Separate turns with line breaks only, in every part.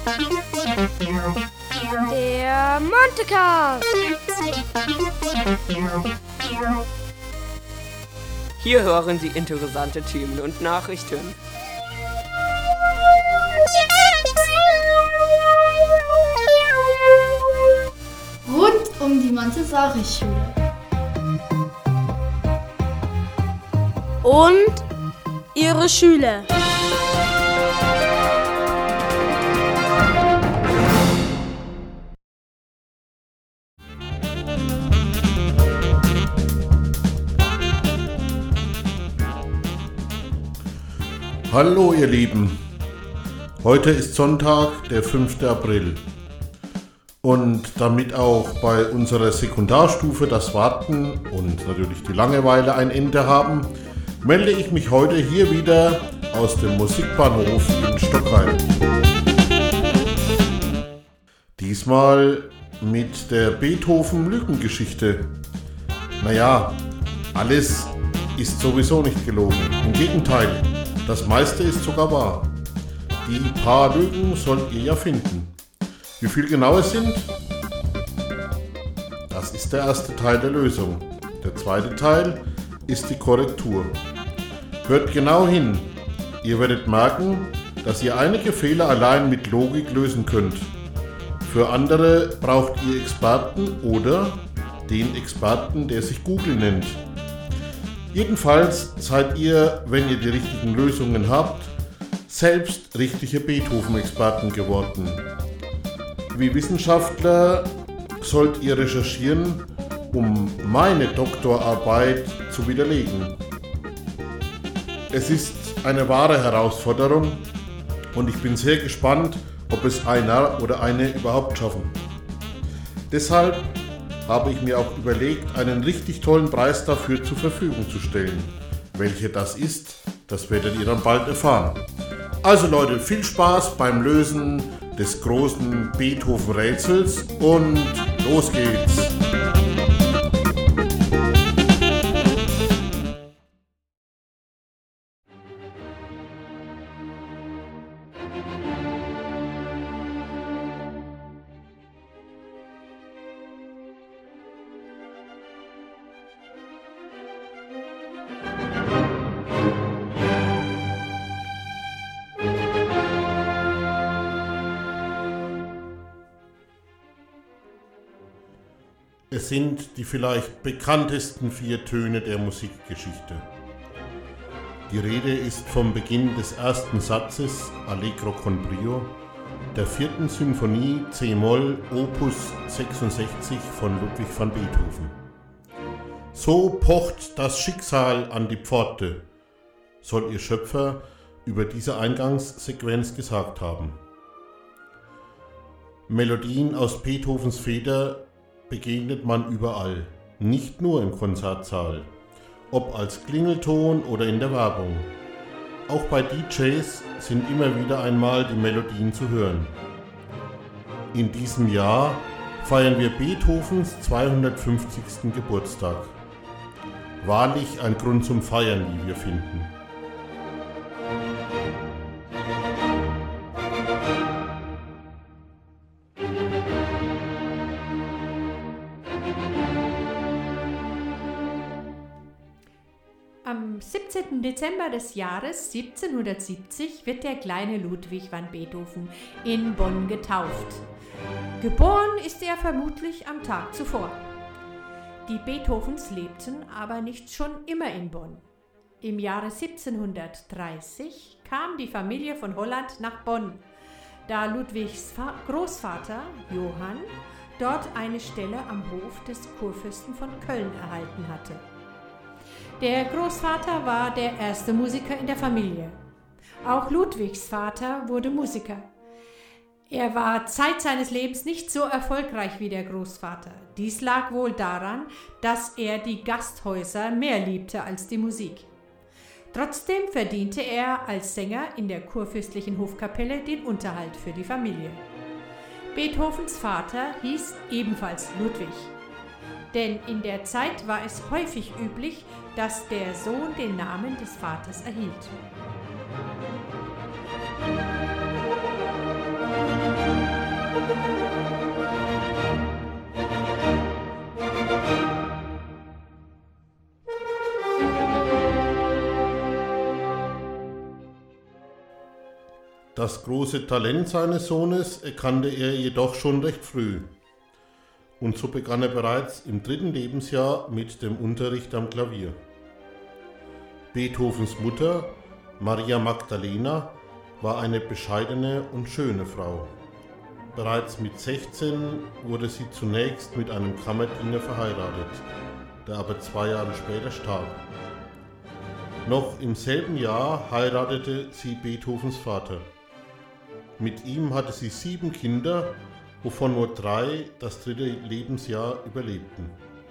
Der Montecast.
Hier hören Sie interessante Themen und Nachrichten.
Rund um die Montessori-Schule.
Und ihre Schüler.
Hallo ihr Lieben, heute ist Sonntag, der 5. April und damit auch bei unserer Sekundarstufe das Warten und natürlich die Langeweile ein Ende haben, melde ich mich heute hier wieder aus dem Musikbahnhof in Stockheim. Diesmal mit der Beethoven-Lügengeschichte. Naja, alles ist sowieso nicht gelogen, im Gegenteil. Das meiste ist sogar wahr. Die paar Lügen sollt ihr ja finden. Wie viel genau es sind? Das ist der erste Teil der Lösung. Der zweite Teil ist die Korrektur. Hört genau hin. Ihr werdet merken, dass ihr einige Fehler allein mit Logik lösen könnt. Für andere braucht ihr Experten oder den Experten, der sich Google nennt. Jedenfalls seid ihr, wenn ihr die richtigen Lösungen habt, selbst richtige Beethoven-Experten geworden. Wie Wissenschaftler sollt ihr recherchieren, um meine Doktorarbeit zu widerlegen. Es ist eine wahre Herausforderung und ich bin sehr gespannt, ob es einer oder eine überhaupt schaffen. Deshalb habe ich mir auch überlegt, einen richtig tollen Preis dafür zur Verfügung zu stellen. Welcher das ist, das werdet ihr dann bald erfahren. Also Leute, viel Spaß beim Lösen des großen Beethoven-Rätsels und los geht's! Es sind die vielleicht bekanntesten 4 Töne der Musikgeschichte. Die Rede ist vom Beginn des ersten Satzes Allegro con brio der 4. Symphonie C-Moll Opus 66 von Ludwig van Beethoven. So pocht das Schicksal an die Pforte, soll ihr Schöpfer über diese Eingangssequenz gesagt haben. Melodien aus Beethovens Feder begegnet man überall, nicht nur im Konzertsaal, ob als Klingelton oder in der Werbung. Auch bei DJs sind immer wieder einmal die Melodien zu hören. In diesem Jahr feiern wir Beethovens 250. Geburtstag. Wahrlich ein Grund zum Feiern, wie wir finden.
Am 17. Dezember des Jahres 1770 wird der kleine Ludwig van Beethoven in Bonn getauft. Geboren ist er vermutlich am Tag zuvor. Die Beethovens lebten aber nicht schon immer in Bonn. Im Jahre 1730 kam die Familie von Holland nach Bonn, da Ludwigs Großvater Johann dort eine Stelle am Hof des Kurfürsten von Köln erhalten hatte. Der Großvater war der erste Musiker in der Familie. Auch Ludwigs Vater wurde Musiker. Er war Zeit seines Lebens nicht so erfolgreich wie der Großvater. Dies lag wohl daran, dass er die Gasthäuser mehr liebte als die Musik. Trotzdem verdiente er als Sänger in der kurfürstlichen Hofkapelle den Unterhalt für die Familie. Beethovens Vater hieß ebenfalls Ludwig. Denn in der Zeit war es häufig üblich, dass der Sohn den Namen des Vaters erhielt.
Das große Talent seines Sohnes erkannte er jedoch schon recht früh. Und so begann er bereits im 3. Lebensjahr mit dem Unterricht am Klavier. Beethovens Mutter, Maria Magdalena, war eine bescheidene und schöne Frau. Bereits mit 16 wurde sie zunächst mit einem Kammerdiener verheiratet, der aber 2 Jahre später starb. Noch im selben Jahr heiratete sie Beethovens Vater. Mit ihm hatte sie 7 Kinder, wovon nur 3 das 3. Lebensjahr überlebten.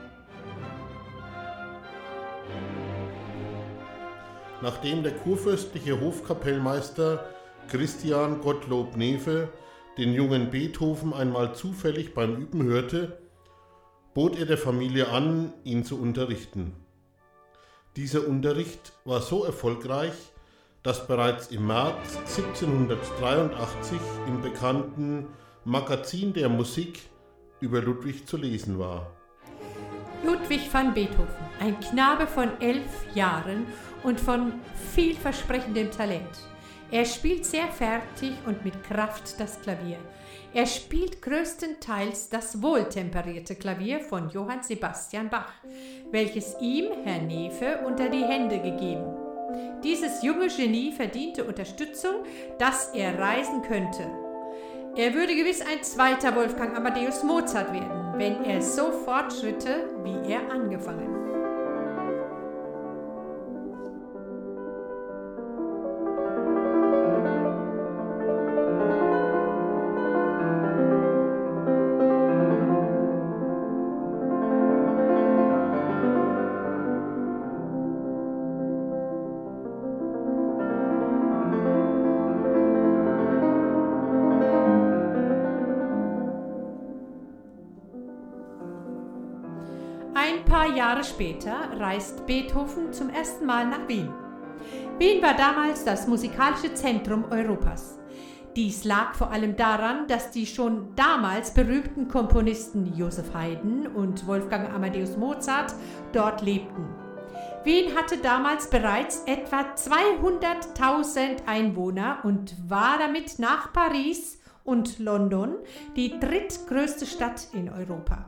Nachdem der kurfürstliche Hofkapellmeister Christian Gottlob Neefe den jungen Beethoven einmal zufällig beim Üben hörte, bot er der Familie an, ihn zu unterrichten. Dieser Unterricht war so erfolgreich, dass bereits im März 1783 im bekannten Magazin der Musik über Ludwig zu lesen war.
Ludwig van Beethoven, ein Knabe von 11 Jahren und von vielversprechendem Talent. Er spielt sehr fertig und mit Kraft das Klavier. Er spielt größtenteils das wohltemperierte Klavier von Johann Sebastian Bach, welches ihm Herr Neefe unter die Hände gegeben. Dieses junge Genie verdiente Unterstützung, dass er reisen könnte. Er würde gewiss ein zweiter Wolfgang Amadeus Mozart werden, wenn er so fortschritte, wie er angefangen. Ein paar Jahre später reist Beethoven zum ersten Mal nach Wien. Wien war damals das musikalische Zentrum Europas. Dies lag vor allem daran, dass die schon damals berühmten Komponisten Joseph Haydn und Wolfgang Amadeus Mozart dort lebten. Wien hatte damals bereits etwa 200.000 Einwohner und war damit nach Paris und London die drittgrößte Stadt in Europa.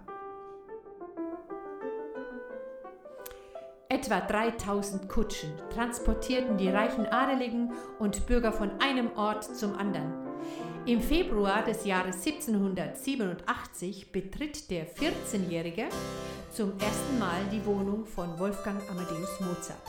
Etwa 3000 Kutschen transportierten die reichen Adeligen und Bürger von einem Ort zum anderen. Im Februar des Jahres 1787 betritt der 14-Jährige zum ersten Mal die Wohnung von Wolfgang Amadeus Mozart.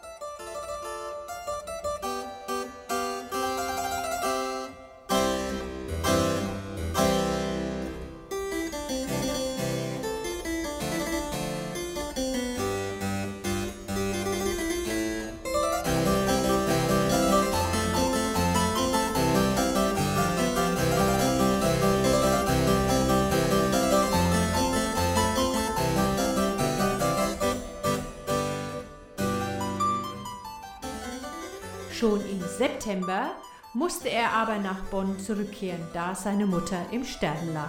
Schon im September musste er aber nach Bonn zurückkehren, da seine Mutter im Sterben lag.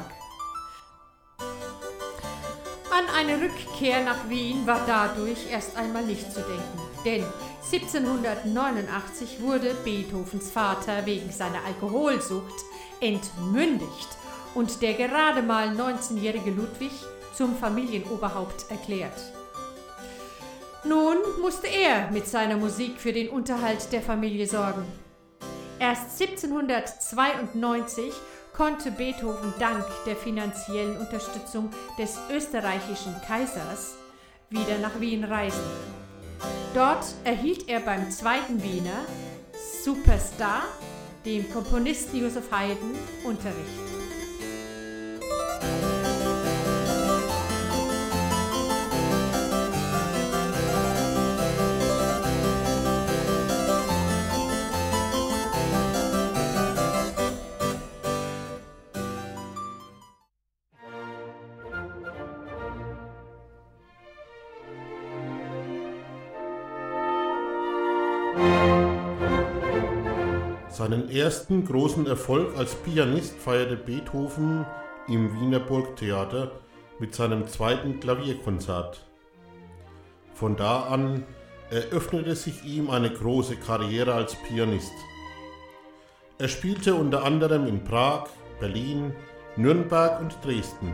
An eine Rückkehr nach Wien war dadurch erst einmal nicht zu denken, denn 1789 wurde Beethovens Vater wegen seiner Alkoholsucht entmündigt und der gerade mal 19-jährige Ludwig zum Familienoberhaupt erklärt. Nun musste er mit seiner Musik für den Unterhalt der Familie sorgen. Erst 1792 konnte Beethoven dank der finanziellen Unterstützung des österreichischen Kaisers wieder nach Wien reisen. Dort erhielt er beim zweiten Wiener Superstar, dem Komponisten Joseph Haydn, Unterricht.
Seinen ersten großen Erfolg als Pianist feierte Beethoven im Wiener Burgtheater mit seinem zweiten Klavierkonzert. Von da an eröffnete sich ihm eine große Karriere als Pianist. Er spielte unter anderem in Prag, Berlin, Nürnberg und Dresden.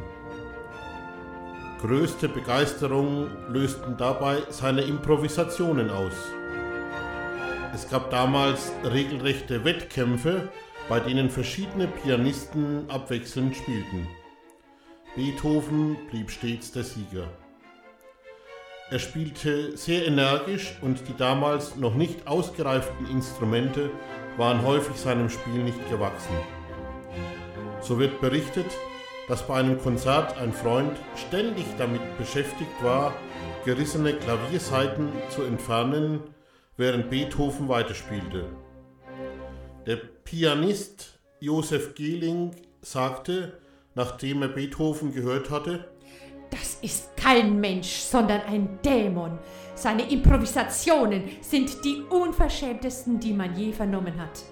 Größte Begeisterung lösten dabei seine Improvisationen aus. Es gab damals regelrechte Wettkämpfe, bei denen verschiedene Pianisten abwechselnd spielten. Beethoven blieb stets der Sieger. Er spielte sehr energisch und die damals noch nicht ausgereiften Instrumente waren häufig seinem Spiel nicht gewachsen. So wird berichtet, dass bei einem Konzert ein Freund ständig damit beschäftigt war, gerissene Klaviersaiten zu entfernen, während Beethoven weiterspielte. Der Pianist Josef Gehling sagte, nachdem er Beethoven gehört hatte:
Das ist kein Mensch, sondern ein Dämon. Seine Improvisationen sind die unverschämtesten, die man je vernommen hat.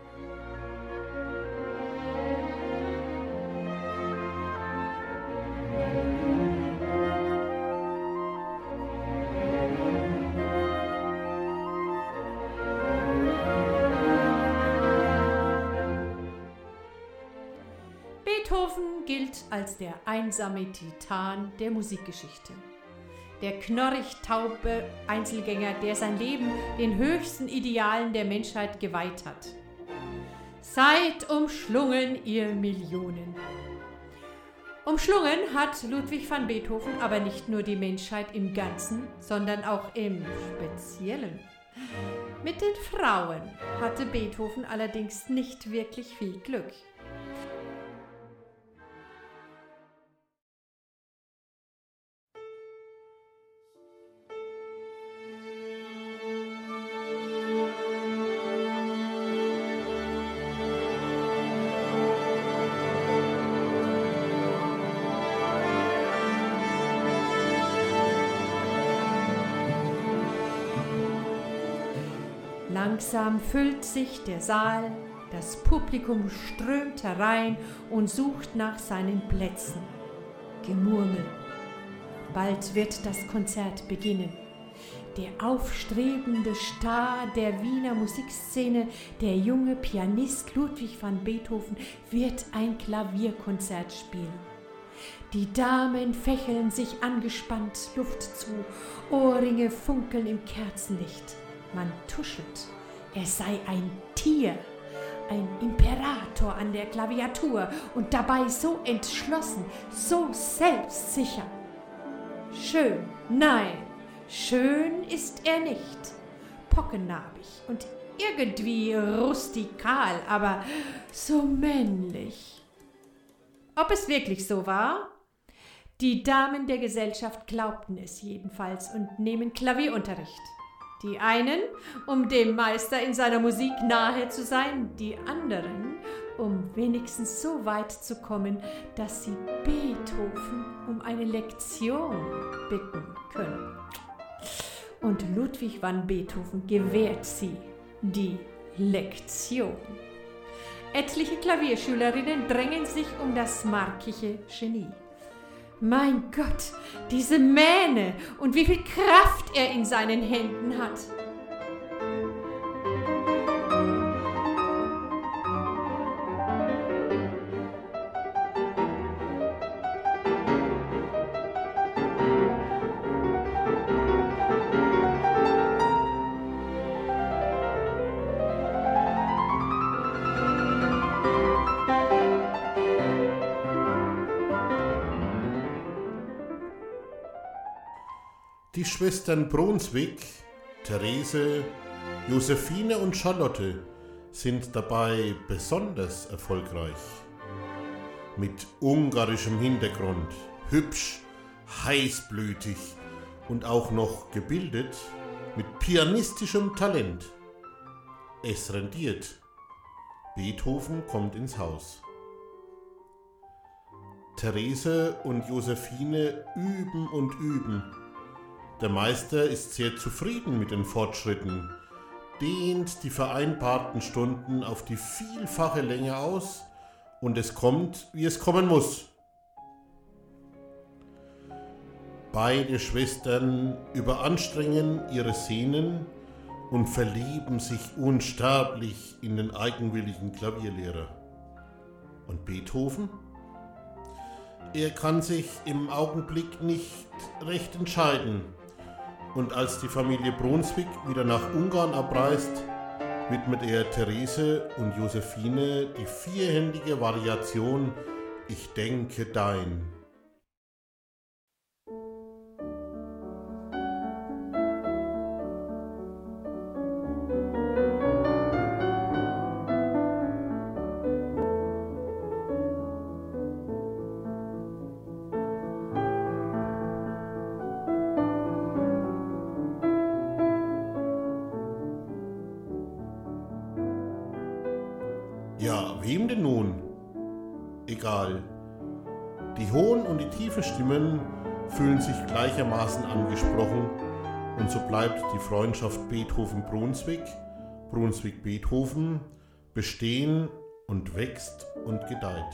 Beethoven gilt als der einsame Titan der Musikgeschichte. Der knorrig-taube Einzelgänger, der sein Leben den höchsten Idealen der Menschheit geweiht hat. Seid umschlungen, ihr Millionen. Umschlungen hat Ludwig van Beethoven aber nicht nur die Menschheit im Ganzen, sondern auch im Speziellen. Mit den Frauen hatte Beethoven allerdings nicht wirklich viel Glück. Langsam füllt sich der Saal, das Publikum strömt herein und sucht nach seinen Plätzen. Gemurmel. Bald wird das Konzert beginnen. Der aufstrebende Star der Wiener Musikszene, der junge Pianist Ludwig van Beethoven, wird ein Klavierkonzert spielen. Die Damen fächeln sich angespannt Luft zu, Ohrringe funkeln im Kerzenlicht. Man tuschelt, er sei ein Tier, ein Imperator an der Klaviatur und dabei so entschlossen, so selbstsicher. Schön, nein, schön ist er nicht. Pockennarbig und irgendwie rustikal, aber so männlich. Ob es wirklich so war? Die Damen der Gesellschaft glaubten es jedenfalls und nehmen Klavierunterricht. Die einen, um dem Meister in seiner Musik nahe zu sein, die anderen, um wenigstens so weit zu kommen, dass sie Beethoven um eine Lektion bitten können. Und Ludwig van Beethoven gewährt sie die Lektion. Etliche Klavierschülerinnen drängen sich um das markige Genie. Mein Gott, diese Mähne und wie viel Kraft er in seinen Händen hat.
Die Schwestern Brunswick, Therese, Josephine und Charlotte sind dabei besonders erfolgreich. Mit ungarischem Hintergrund, hübsch, heißblütig und auch noch gebildet, mit pianistischem Talent. Es rendiert. Beethoven kommt ins Haus. Therese und Josephine üben und üben. Der Meister ist sehr zufrieden mit den Fortschritten dehnt die vereinbarten Stunden auf die vielfache Länge aus und es kommt, wie es kommen muss. Beide Schwestern überanstrengen ihre Sehnen und verlieben sich unsterblich in den eigenwilligen Klavierlehrer. Und Beethoven? Er kann sich im Augenblick nicht recht entscheiden. Und als die Familie Brunswick wieder nach Ungarn abreist, widmet er Therese und Josephine die vierhändige Variation Ich denke dein. Ja, wem denn nun? Egal. Die hohen und die tiefen Stimmen fühlen sich gleichermaßen angesprochen und so bleibt die Freundschaft Beethoven-Brunswick, Brunswick-Beethoven bestehen und wächst und gedeiht.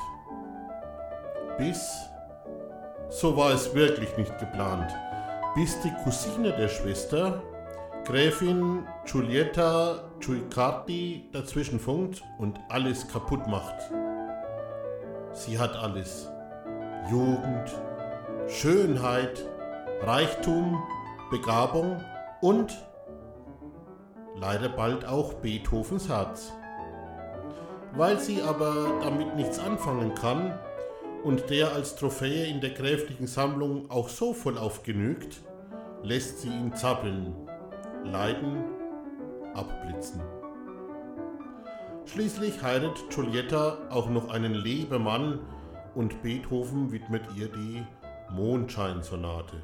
So war es wirklich nicht geplant, bis die Cousine der Schwester, Gräfin Giulietta Guiccardi, dazwischenfunkt und alles kaputt macht. Sie hat alles. Jugend, Schönheit, Reichtum, Begabung und leider bald auch Beethovens Herz. Weil sie aber damit nichts anfangen kann und der als Trophäe in der gräflichen Sammlung auch so vollauf genügt, lässt sie ihn zappeln, leiden, abblitzen. Schließlich heiratet Giulietta auch noch einen Lebemann und Beethoven widmet ihr die Mondscheinsonate.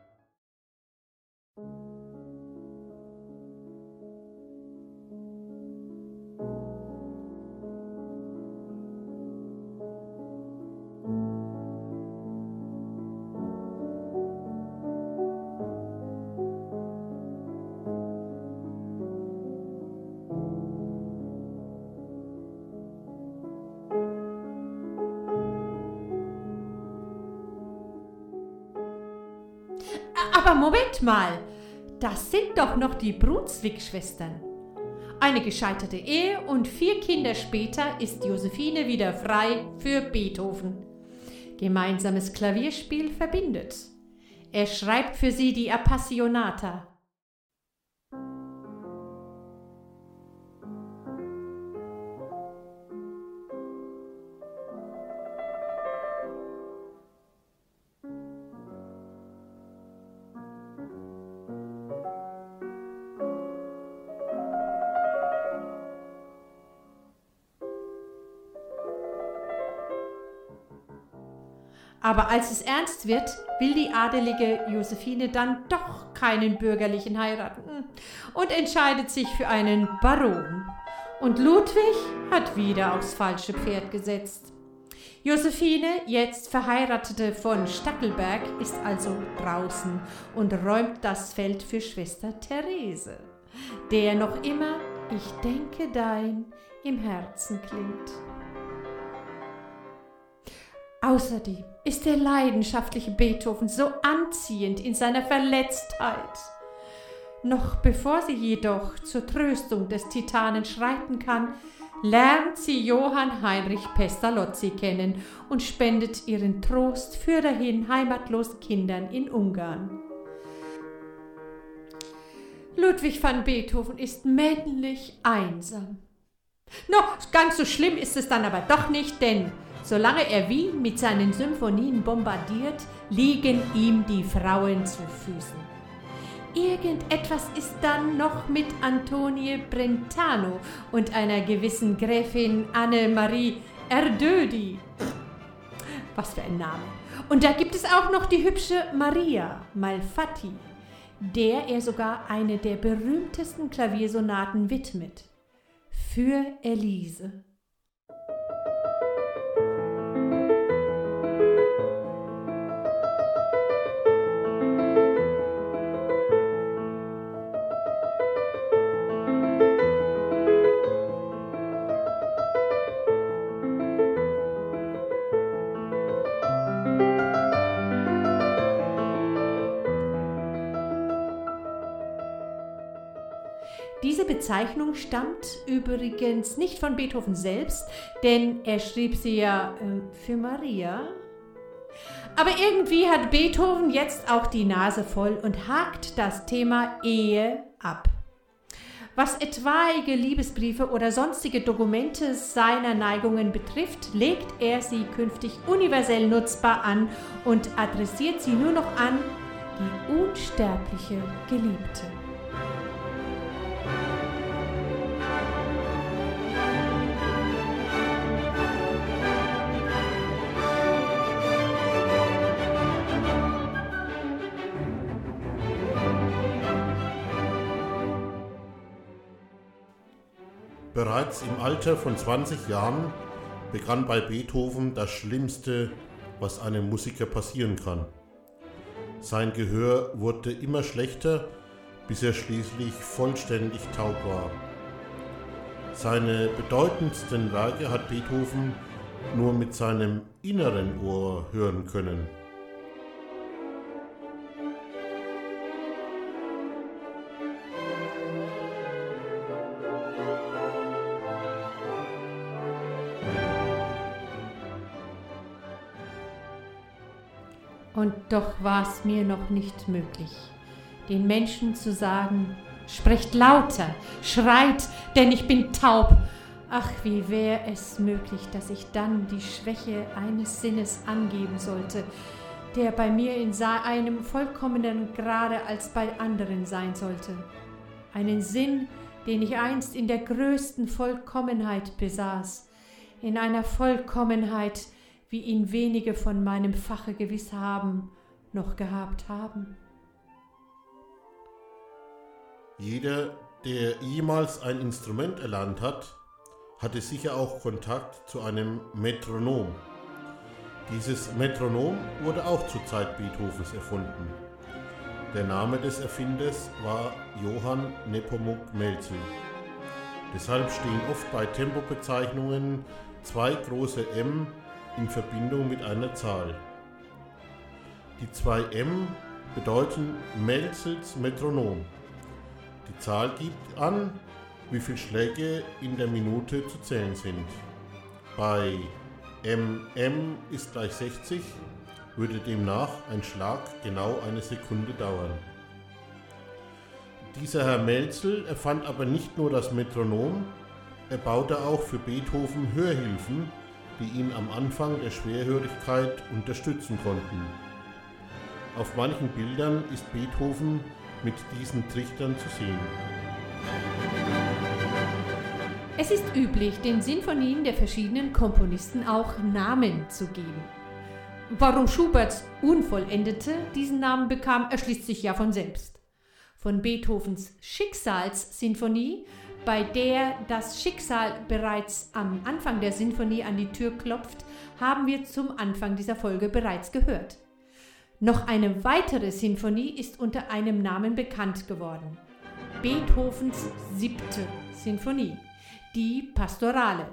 Aber Moment mal, das sind doch noch die Brunswick-Schwestern. Eine gescheiterte Ehe und 4 Kinder später ist Josephine wieder frei für Beethoven. Gemeinsames Klavierspiel verbindet. Er schreibt für sie die Appassionata. Aber als es ernst wird, will die adelige Josephine dann doch keinen Bürgerlichen heiraten und entscheidet sich für einen Baron. Und Ludwig hat wieder aufs falsche Pferd gesetzt. Josephine, jetzt Verheiratete von Stackelberg, ist also draußen und räumt das Feld für Schwester Therese, der noch immer Ich denke dein im Herzen klingt. Außerdem ist der leidenschaftliche Beethoven so anziehend in seiner Verletztheit. Noch bevor sie jedoch zur Tröstung des Titanen schreiten kann, lernt sie Johann Heinrich Pestalozzi kennen und spendet ihren Trost für dahin heimatlosen Kindern in Ungarn. Ludwig van Beethoven ist männlich einsam. Ganz so schlimm ist es dann aber doch nicht, denn solange er Wien mit seinen Symphonien bombardiert, liegen ihm die Frauen zu Füßen. Irgendetwas ist dann noch mit Antonie Brentano und einer gewissen Gräfin Annemarie Erdödy. Was für ein Name. Und da gibt es auch noch die hübsche Maria Malfatti, der er sogar eine der berühmtesten Klaviersonaten widmet. Für Elise. Diese Bezeichnung stammt übrigens nicht von Beethoven selbst, denn er schrieb sie ja für Maria. Aber irgendwie hat Beethoven jetzt auch die Nase voll und hakt das Thema Ehe ab. Was etwaige Liebesbriefe oder sonstige Dokumente seiner Neigungen betrifft, legt er sie künftig universell nutzbar an und adressiert sie nur noch an die unsterbliche Geliebte.
Bereits im Alter von 20 Jahren begann bei Beethoven das Schlimmste, was einem Musiker passieren kann. Sein Gehör wurde immer schlechter, bis er schließlich vollständig taub war. Seine bedeutendsten Werke hat Beethoven nur mit seinem inneren Ohr hören können.
Und doch war es mir noch nicht möglich, den Menschen zu sagen, sprecht lauter, schreit, denn ich bin taub. Ach, wie wäre es möglich, dass ich dann die Schwäche eines Sinnes angeben sollte, der bei mir in einem vollkommeneren Grade als bei anderen sein sollte. Einen Sinn, den ich einst in der größten Vollkommenheit besaß, in einer Vollkommenheit, wie ihn wenige von meinem Fache gewiss noch gehabt haben.
Jeder, der jemals ein Instrument erlernt hat, hatte sicher auch Kontakt zu einem Metronom. Dieses Metronom wurde auch zur Zeit Beethovens erfunden. Der Name des Erfinders war Johann Nepomuk Mälzel. Deshalb stehen oft bei Tempobezeichnungen zwei große M in Verbindung mit einer Zahl. Die zwei M bedeuten Mälzels Metronom. Die Zahl gibt an, wie viele Schläge in der Minute zu zählen sind. Bei MM ist gleich 60 würde demnach ein Schlag genau eine Sekunde dauern. Dieser Herr Mälzel erfand aber nicht nur das Metronom, er baute auch für Beethoven Hörhilfen, die ihn am Anfang der Schwerhörigkeit unterstützen konnten. Auf manchen Bildern ist Beethoven mit diesen Trichtern zu sehen.
Es ist üblich, den Sinfonien der verschiedenen Komponisten auch Namen zu geben. Warum Schuberts Unvollendete diesen Namen bekam, erschließt sich ja von selbst. Von Beethovens Schicksalssinfonie, bei der das Schicksal bereits am Anfang der Sinfonie an die Tür klopft, haben wir zum Anfang dieser Folge bereits gehört. Noch eine weitere Sinfonie ist unter einem Namen bekannt geworden. Beethovens 7. Sinfonie, die Pastorale.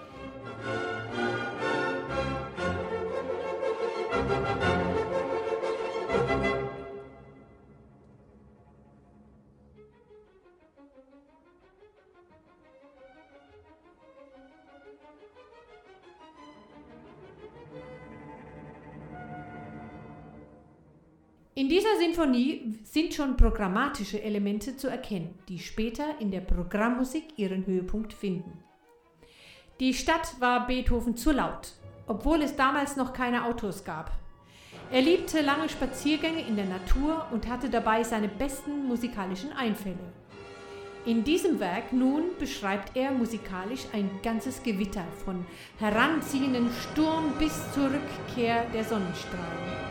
In dieser Sinfonie sind schon programmatische Elemente zu erkennen, die später in der Programmmusik ihren Höhepunkt finden. Die Stadt war Beethoven zu laut, obwohl es damals noch keine Autos gab. Er liebte lange Spaziergänge in der Natur und hatte dabei seine besten musikalischen Einfälle. In diesem Werk nun beschreibt er musikalisch ein ganzes Gewitter von heranziehenden Sturm bis zur Rückkehr der Sonnenstrahlen.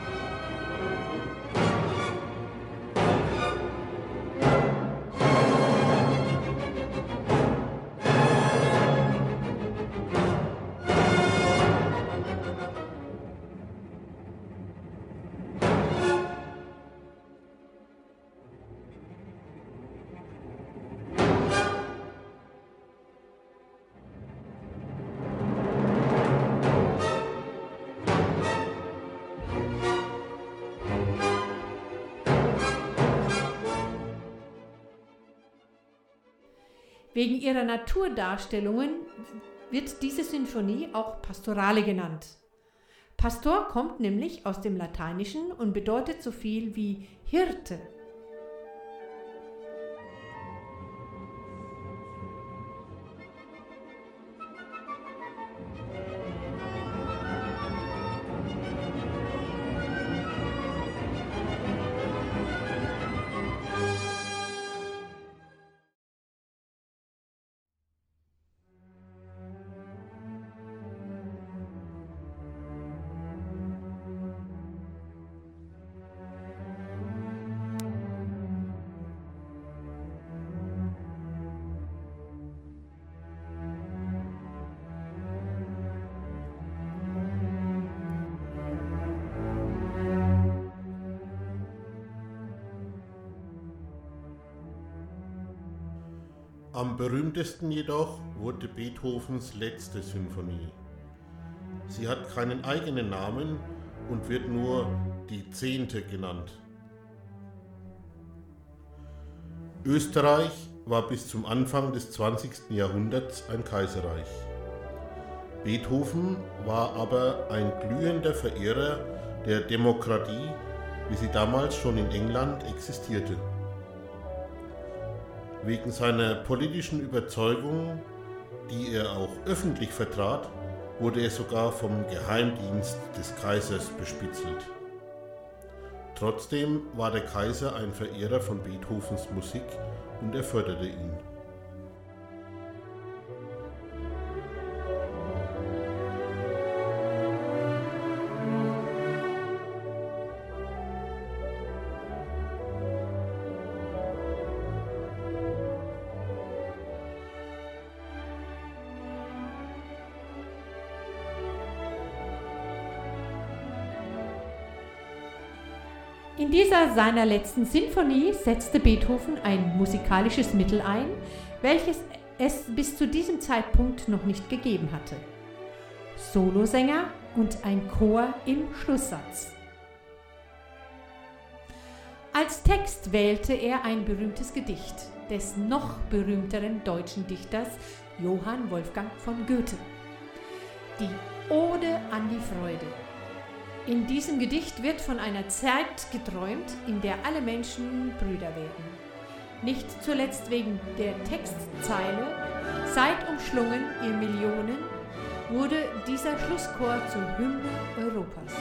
Wegen ihrer Naturdarstellungen wird diese Sinfonie auch Pastorale genannt. Pastor kommt nämlich aus dem Lateinischen und bedeutet so viel wie Hirte.
Am berühmtesten jedoch wurde Beethovens letzte Sinfonie. Sie hat keinen eigenen Namen und wird nur die 10. genannt. Österreich war bis zum Anfang des 20. Jahrhunderts ein Kaiserreich. Beethoven war aber ein glühender Verehrer der Demokratie, wie sie damals schon in England existierte. Wegen seiner politischen Überzeugung, die er auch öffentlich vertrat, wurde er sogar vom Geheimdienst des Kaisers bespitzelt. Trotzdem war der Kaiser ein Verehrer von Beethovens Musik und er förderte ihn.
In dieser seiner letzten Sinfonie setzte Beethoven ein musikalisches Mittel ein, welches es bis zu diesem Zeitpunkt noch nicht gegeben hatte. Solosänger und ein Chor im Schlusssatz. Als Text wählte er ein berühmtes Gedicht des noch berühmteren deutschen Dichters Johann Wolfgang von Goethe, die Ode an die Freude. In diesem Gedicht wird von einer Zeit geträumt, in der alle Menschen Brüder werden. Nicht zuletzt wegen der Textzeile „Seid umschlungen, ihr Millionen“ wurde dieser Schlusschor zur Hymne Europas.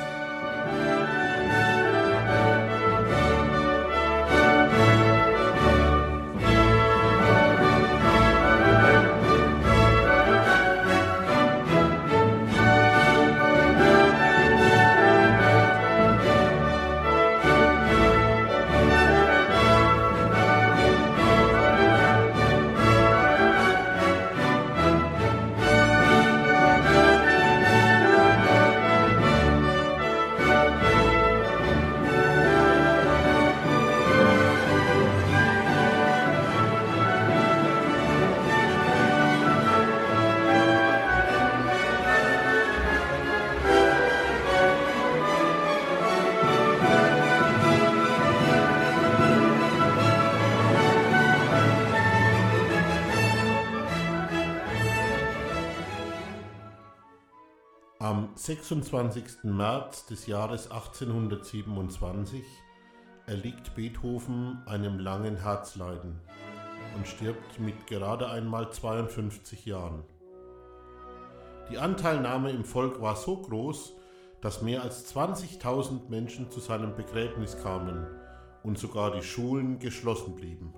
Am 26. März des Jahres 1827 erliegt Beethoven einem langen Herzleiden und stirbt mit gerade einmal 52 Jahren. Die Anteilnahme im Volk war so groß, dass mehr als 20.000 Menschen zu seinem Begräbnis kamen und sogar die Schulen geschlossen blieben.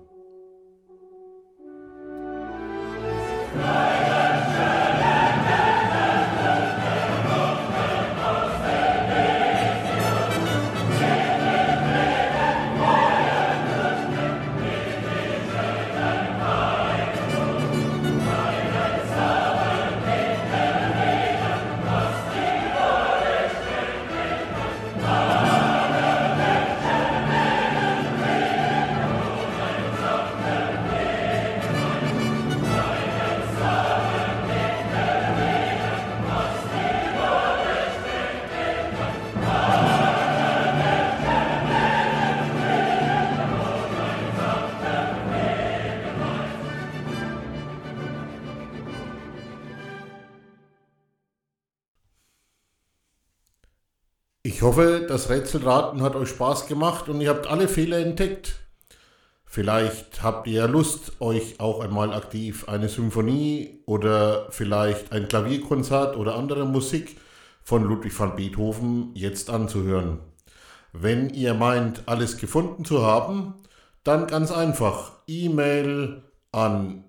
Ich hoffe, das Rätselraten hat euch Spaß gemacht und ihr habt alle Fehler entdeckt. Vielleicht habt ihr ja Lust, euch auch einmal aktiv eine Symphonie oder vielleicht ein Klavierkonzert oder andere Musik von Ludwig van Beethoven jetzt anzuhören. Wenn ihr meint, alles gefunden zu haben, dann ganz einfach E-Mail an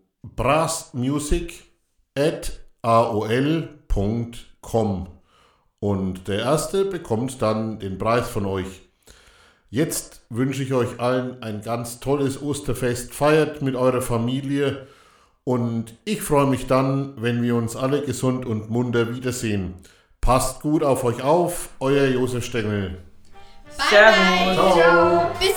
brassmusic@aol.com und der Erste bekommt dann den Preis von euch. Jetzt wünsche ich euch allen ein ganz tolles Osterfest, feiert mit eurer Familie und ich freue mich dann, wenn wir uns alle gesund und munter wiedersehen. Passt gut auf euch auf, euer Josef Stengel.
Bye, bye. Ciao. Bis